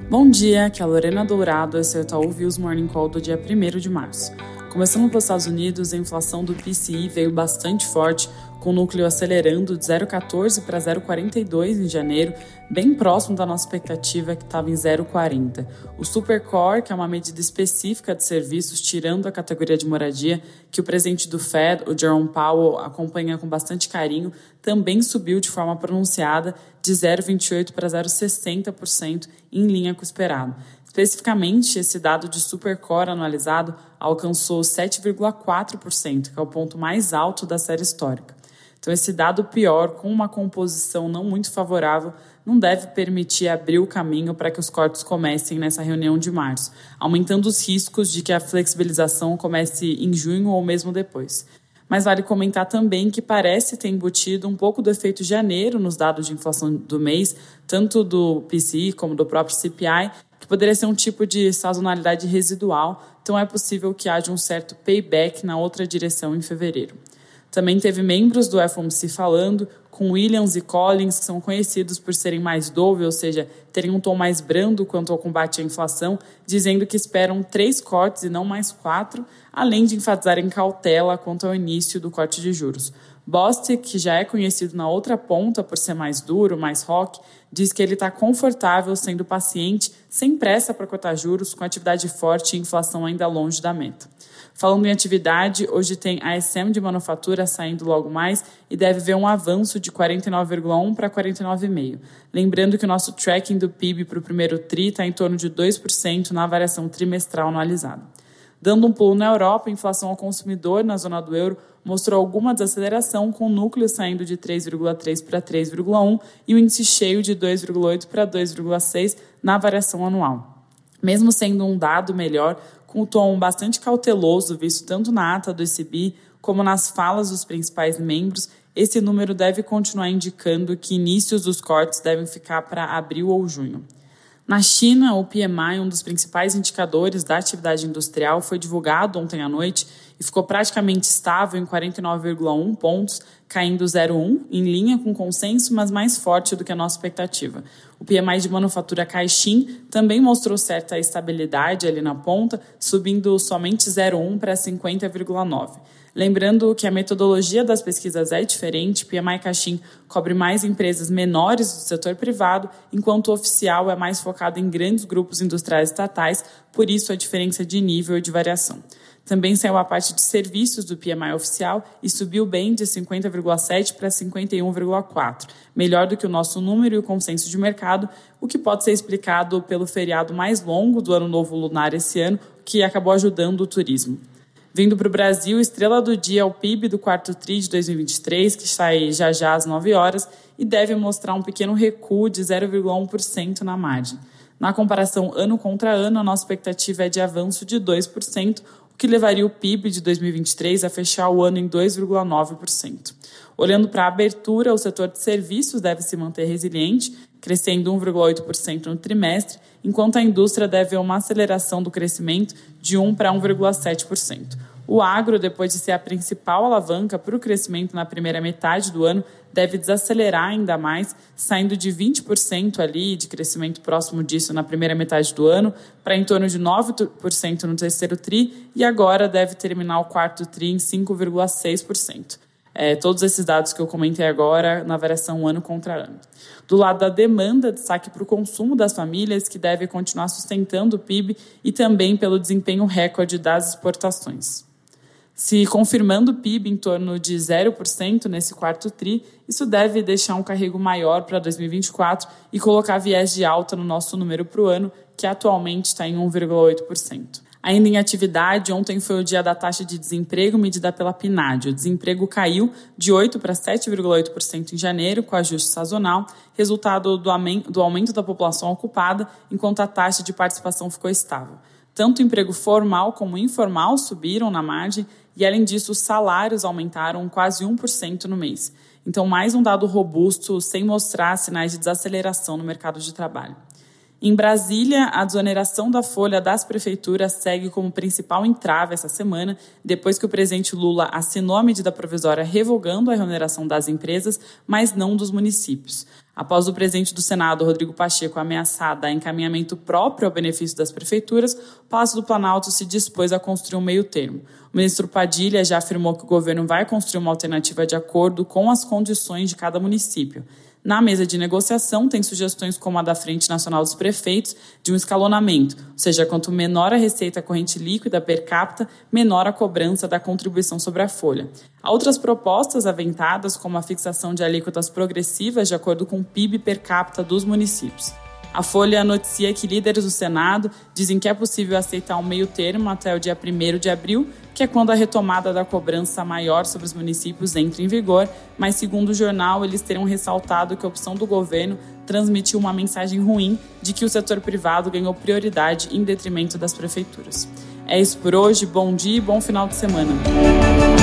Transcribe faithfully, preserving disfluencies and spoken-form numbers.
Bom dia, aqui é a Lorena Dourado, esse é o Itaú Views Morning Call do dia primeiro de março. Começando pelos Estados Unidos, a inflação do P C I veio bastante forte, com o núcleo acelerando de zero vírgula quatorze para zero vírgula quarenta e dois em janeiro, bem próximo da nossa expectativa que estava em zero vírgula quarenta. O Supercore, que é uma medida específica de serviços, tirando a categoria de moradia, que o presidente do Fed, o Jerome Powell, acompanha com bastante carinho, também subiu de forma pronunciada de zero vírgula vinte e oito por cento para zero vírgula sessenta por cento, em linha com o esperado. Especificamente, esse dado de Supercore anualizado alcançou sete vírgula quatro por cento, que é o ponto mais alto da série histórica. Então, esse dado pior, com uma composição não muito favorável, não deve permitir abrir o caminho para que os cortes comecem nessa reunião de março, aumentando os riscos de que a flexibilização comece em junho ou mesmo depois. Mas vale comentar também que parece ter embutido um pouco do efeito janeiro nos dados de inflação do mês, tanto do P C I como do próprio C P I, que poderia ser um tipo de sazonalidade residual, então é possível que haja um certo payback na outra direção em fevereiro. Também teve membros do F O M C falando, com Williams e Collins, que são conhecidos por serem mais dove, ou seja, terem um tom mais brando quanto ao combate à inflação, dizendo que esperam três cortes e não mais quatro, além de enfatizarem cautela quanto ao início do corte de juros. Bostic, que já é conhecido na outra ponta por ser mais duro, mais rock, diz que ele está confortável sendo paciente, sem pressa para cortar juros, com atividade forte e inflação ainda longe da meta. Falando em atividade, hoje tem a I S M de manufatura saindo logo mais e deve ver um avanço de quarenta e nove vírgula um para quarenta e nove vírgula cinco. Lembrando que o nosso tracking do P I B para o primeiro tri está em torno de dois por cento na variação trimestral anualizada. Dando um pulo na Europa, a inflação ao consumidor na zona do euro mostrou alguma desaceleração, com o núcleo saindo de três vírgula três para três vírgula um e o índice cheio de dois vírgula oito para dois vírgula seis na variação anual. Mesmo sendo um dado melhor, com o tom bastante cauteloso visto tanto na ata do E C B como nas falas dos principais membros, esse número deve continuar indicando que inícios dos cortes devem ficar para abril ou junho. Na China, o P M I, um dos principais indicadores da atividade industrial, foi divulgado ontem à noite e ficou praticamente estável em quarenta e nove vírgula um pontos, caindo zero vírgula um, em linha com o consenso, mas mais forte do que a nossa expectativa. O P M I de manufatura Caixin também mostrou certa estabilidade ali na ponta, subindo somente zero vírgula um para cinquenta vírgula nove. Lembrando que a metodologia das pesquisas é diferente, P M I Caixin cobre mais empresas menores do setor privado, enquanto o oficial é mais focado em grandes grupos industriais estatais, por isso a diferença de nível e de variação. Também saiu a parte de serviços do P M I oficial e subiu bem de cinquenta vírgula sete para cinquenta e um vírgula quatro, melhor do que o nosso número e o consenso de mercado, o que pode ser explicado pelo feriado mais longo do Ano Novo Lunar esse ano, que acabou ajudando o turismo. Vindo para o Brasil, estrela do dia é o P I B do quarto tri de dois mil e vinte e três, que sai já já às nove horas e deve mostrar um pequeno recuo de zero vírgula um por cento na margem. Na comparação ano contra ano, a nossa expectativa é de avanço de dois por cento, o que levaria o P I B de dois mil e vinte e três a fechar o ano em dois vírgula nove por cento. Olhando para a abertura, o setor de serviços deve se manter resiliente, crescendo um vírgula oito por cento no trimestre, enquanto a indústria deve ver uma aceleração do crescimento de um para um vírgula sete por cento. O agro, depois de ser a principal alavanca para o crescimento na primeira metade do ano, deve desacelerar ainda mais, saindo de vinte por cento ali de crescimento próximo disso na primeira metade do ano, para em torno de nove por cento no terceiro tri, e agora deve terminar o quarto tri em cinco vírgula seis por cento. É, todos esses dados que eu comentei agora na variação ano contra ano. Do lado da demanda, destaque para o consumo das famílias, que deve continuar sustentando o P I B, e também pelo desempenho recorde das exportações. Se confirmando o P I B em torno de zero por cento nesse quarto tri, isso deve deixar um carrego maior para dois mil e vinte e quatro e colocar viés de alta no nosso número para o ano, que atualmente está em um vírgula oito por cento. Ainda em atividade, ontem foi o dia da taxa de desemprego medida pela P N A D. O desemprego caiu de oito por cento para sete vírgula oito por cento em janeiro, com ajuste sazonal, resultado do aumento da população ocupada, enquanto a taxa de participação ficou estável. Tanto o emprego formal como informal subiram na margem e, além disso, os salários aumentaram quase um por cento no mês. Então, mais um dado robusto, sem mostrar sinais de desaceleração no mercado de trabalho. Em Brasília, a desoneração da folha das prefeituras segue como principal entrave essa semana, depois que o presidente Lula assinou a medida provisória revogando a reoneração das empresas, mas não dos municípios. Após o presidente do Senado, Rodrigo Pacheco, ameaçar dar encaminhamento próprio ao benefício das prefeituras, o Palácio do Planalto se dispôs a construir um meio termo. O ministro Padilha já afirmou que o governo vai construir uma alternativa de acordo com as condições de cada município. Na mesa de negociação, tem sugestões como a da Frente Nacional dos Prefeitos de um escalonamento, ou seja, quanto menor a receita corrente líquida per capita, menor a cobrança da contribuição sobre a folha. Há outras propostas aventadas, como a fixação de alíquotas progressivas de acordo com o P I B per capita dos municípios. A Folha noticia que líderes do Senado dizem que é possível aceitar um meio termo até o dia primeiro de abril, que é quando a retomada da cobrança maior sobre os municípios entra em vigor, mas segundo o jornal, eles teriam ressaltado que a opção do governo transmitiu uma mensagem ruim de que o setor privado ganhou prioridade em detrimento das prefeituras. É isso por hoje, bom dia e bom final de semana.